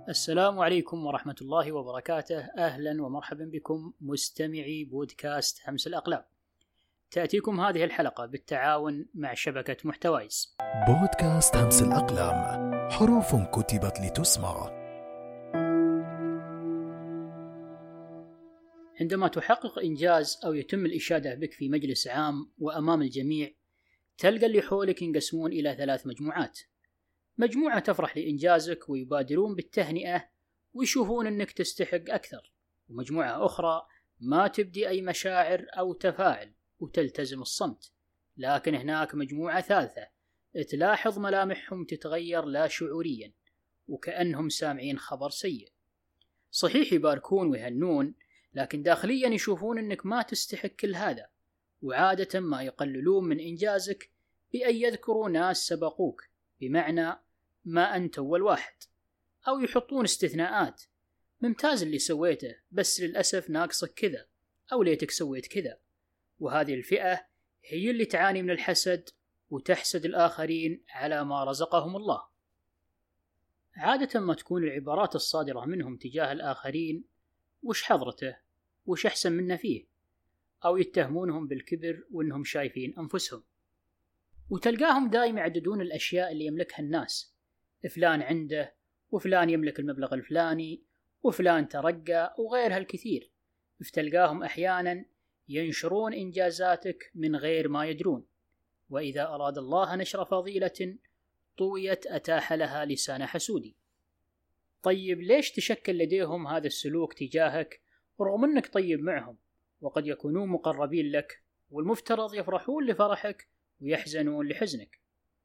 السلام عليكم ورحمة الله وبركاته. أهلا ومرحبا بكم مستمعي بودكاست همس الأقلام. تأتيكم هذه الحلقة بالتعاون مع شبكة محتوايز. بودكاست همس الأقلام، حروف كتبت لتسمع. عندما تحقق إنجاز أو يتم الإشادة بك في مجلس عام وأمام الجميع، تلقى اللي حولك ينقسمون إلى 3 مجموعات. مجموعة تفرح لإنجازك ويبادرون بالتهنئة ويشوفون أنك تستحق أكثر، ومجموعة أخرى ما تبدي أي مشاعر أو تفاعل وتلتزم الصمت. لكن هناك مجموعة ثالثة تلاحظ ملامحهم تتغير لا شعوريا وكأنهم سامعين خبر سيء. صحيح يباركون ويهنون، لكن داخليا يشوفون أنك ما تستحق كل هذا، وعادة ما يقللون من إنجازك بأن يذكروا ناس سبقوك، بمعنى ما أنت أول واحد، أو يحطون استثناءات: ممتاز اللي سويته بس للأسف ناقصك كذا، أو ليتك سويت كذا. وهذه الفئة هي اللي تعاني من الحسد وتحسد الآخرين على ما رزقهم الله. عادة ما تكون العبارات الصادرة منهم تجاه الآخرين: وش حضرته، وش أحسن منا فيه، أو يتهمونهم بالكبر وإنهم شايفين أنفسهم. وتلقاهم دائما يعددون الأشياء اللي يملكها الناس: فلان عنده، وفلان يملك المبلغ الفلاني، وفلان ترقى، وغيرها الكثير. فتلقاهم أحيانا ينشرون إنجازاتك من غير ما يدرون، وإذا أراد الله نشر فضيلة طويت أتاح لها لسان حسودي. طيب ليش تشكل لديهم هذا السلوك تجاهك رغم أنك طيب معهم، وقد يكونون مقربين لك، والمفترض يفرحون لفرحك ويحزنون لحزنك؟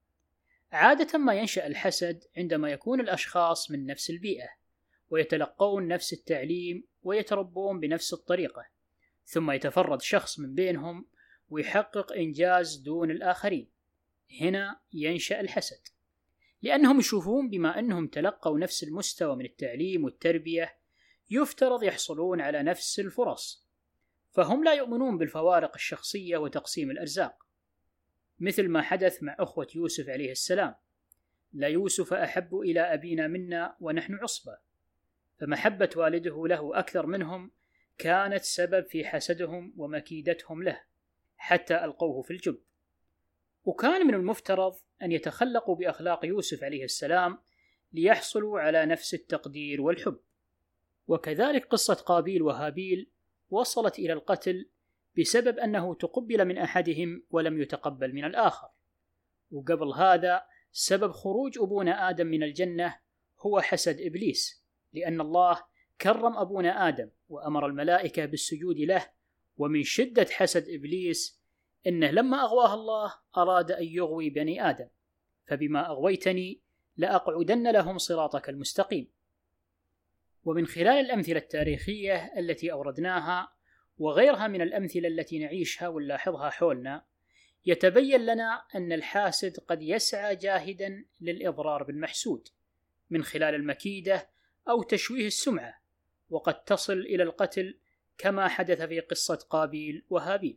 عادة ما ينشأ الحسد عندما يكون الأشخاص من نفس البيئة، ويتلقون نفس التعليم ويتربون بنفس الطريقة، ثم يتفرد شخص من بينهم ويحقق إنجاز دون الآخرين. هنا ينشأ الحسد، لأنهم يشوفون بما أنهم تلقوا نفس المستوى من التعليم والتربية يفترض يحصلون على نفس الفرص، فهم لا يؤمنون بالفوارق الشخصية وتقسيم الأرزاق، مثل ما حدث مع أخوة يوسف عليه السلام: لا يوسف أحب إلى أبينا منا ونحن عصبة. فمحبة والده له أكثر منهم كانت سبب في حسدهم ومكيدتهم له حتى ألقوه في الجب. وكان من المفترض أن يتخلقوا بأخلاق يوسف عليه السلام ليحصلوا على نفس التقدير والحب. وكذلك قصة قابيل وهابيل وصلت إلى القتل بسبب أنه تقبل من أحدهم ولم يتقبل من الآخر. وقبل هذا سبب خروج أبونا آدم من الجنة هو حسد إبليس، لأن الله كرم أبونا آدم وأمر الملائكة بالسجود له، ومن شدة حسد إبليس إنه لما أغواه الله أراد أن يغوي بني آدم: فبما أغويتني لأقعدن لهم صراطك المستقيم. ومن خلال الأمثلة التاريخية التي أوردناها وغيرها من الأمثلة التي نعيشها ونلاحظها حولنا، يتبين لنا أن الحاسد قد يسعى جاهدا للإضرار بالمحسود من خلال المكيدة أو تشويه السمعة، وقد تصل إلى القتل كما حدث في قصة قابيل وهابيل.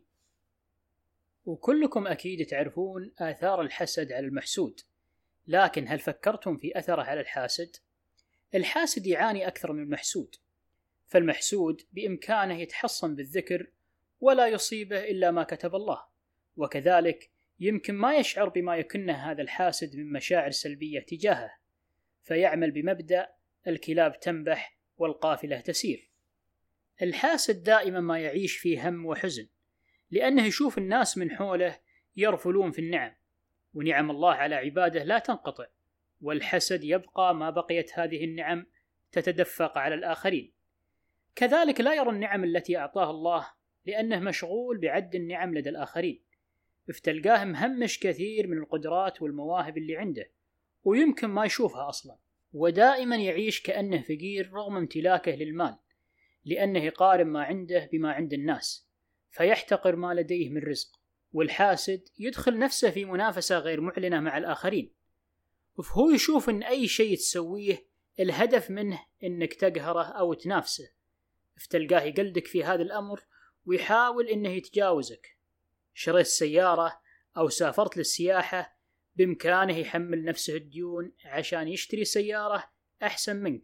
وكلكم أكيد تعرفون آثار الحسد على المحسود، لكن هل فكرتم في أثره على الحاسد؟ الحاسد يعاني أكثر من المحسود، فالمحسود بإمكانه يتحصن بالذكر ولا يصيبه إلا ما كتب الله، وكذلك يمكن ما يشعر بما يكنه هذا الحاسد من مشاعر سلبية تجاهه، فيعمل بمبدأ الكلاب تنبح والقافلة تسير. الحاسد دائما ما يعيش في هم وحزن، لأنه يشوف الناس من حوله يرفلون في النعم، ونعم الله على عباده لا تنقطع، والحسد يبقى ما بقيت هذه النعم تتدفق على الآخرين. كذلك لا يرى النعم التي أعطاها الله، لأنه مشغول بعد النعم لدى الآخرين، فتلقاه مهمش كثير من القدرات والمواهب اللي عنده، ويمكن ما يشوفها أصلا. ودائما يعيش كأنه فقير رغم امتلاكه للمال، لأنه يقارن ما عنده بما عند الناس، فيحتقر ما لديه من رزق. والحاسد يدخل نفسه في منافسة غير معلنة مع الآخرين، فهو يشوف أن أي شيء تسويه الهدف منه أنك تقهره أو تنافسه، فتلقاه يقلدك في هذا الأمر ويحاول أنه يتجاوزك. شريت سيارة أو سافرت للسياحة، بإمكانه يحمل نفسه الديون عشان يشتري سيارة أحسن منك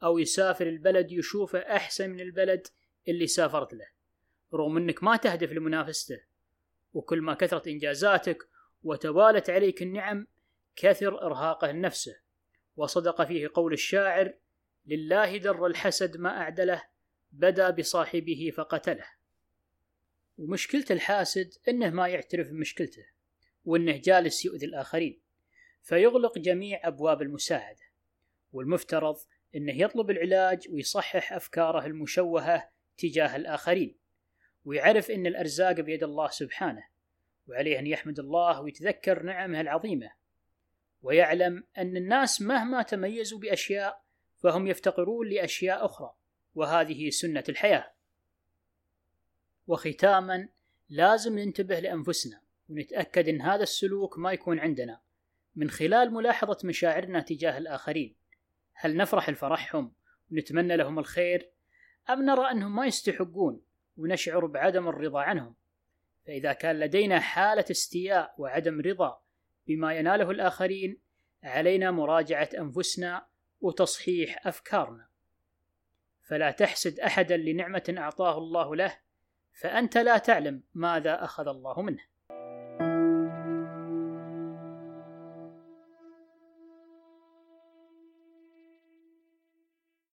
أو يسافر البلد يشوفه أحسن من البلد اللي سافرت له، رغم أنك ما تهدف لمنافسته. وكل ما كثرت إنجازاتك وتوالت عليك النعم كثر إرهاقه لنفسه. وصدق فيه قول الشاعر: لله در الحسد ما أعدله، بدا بصاحبه فقتله. ومشكلة الحاسد إنه ما يعترف بمشكلته، وإنه جالس يؤذي الآخرين، فيغلق جميع أبواب المساعدة. والمفترض إنه يطلب العلاج ويصحح أفكاره المشوهة تجاه الآخرين، ويعرف إن الأرزاق بيد الله سبحانه، وعليه أن يحمد الله ويتذكر نعمه العظيمة، ويعلم أن الناس مهما تميزوا بأشياء فهم يفتقرون لأشياء أخرى، وهذه سنة الحياة. وختاما، لازم ننتبه لأنفسنا ونتأكد أن هذا السلوك ما يكون عندنا من خلال ملاحظة مشاعرنا تجاه الآخرين. هل نفرح لفرحهم ونتمنى لهم الخير، أم نرى أنهم ما يستحقون ونشعر بعدم الرضا عنهم؟ فإذا كان لدينا حالة استياء وعدم رضا بما يناله الآخرين، علينا مراجعة أنفسنا وتصحيح أفكارنا. فلا تحسد أحدا لنعمة أعطاه الله له، فأنت لا تعلم ماذا أخذ الله منه.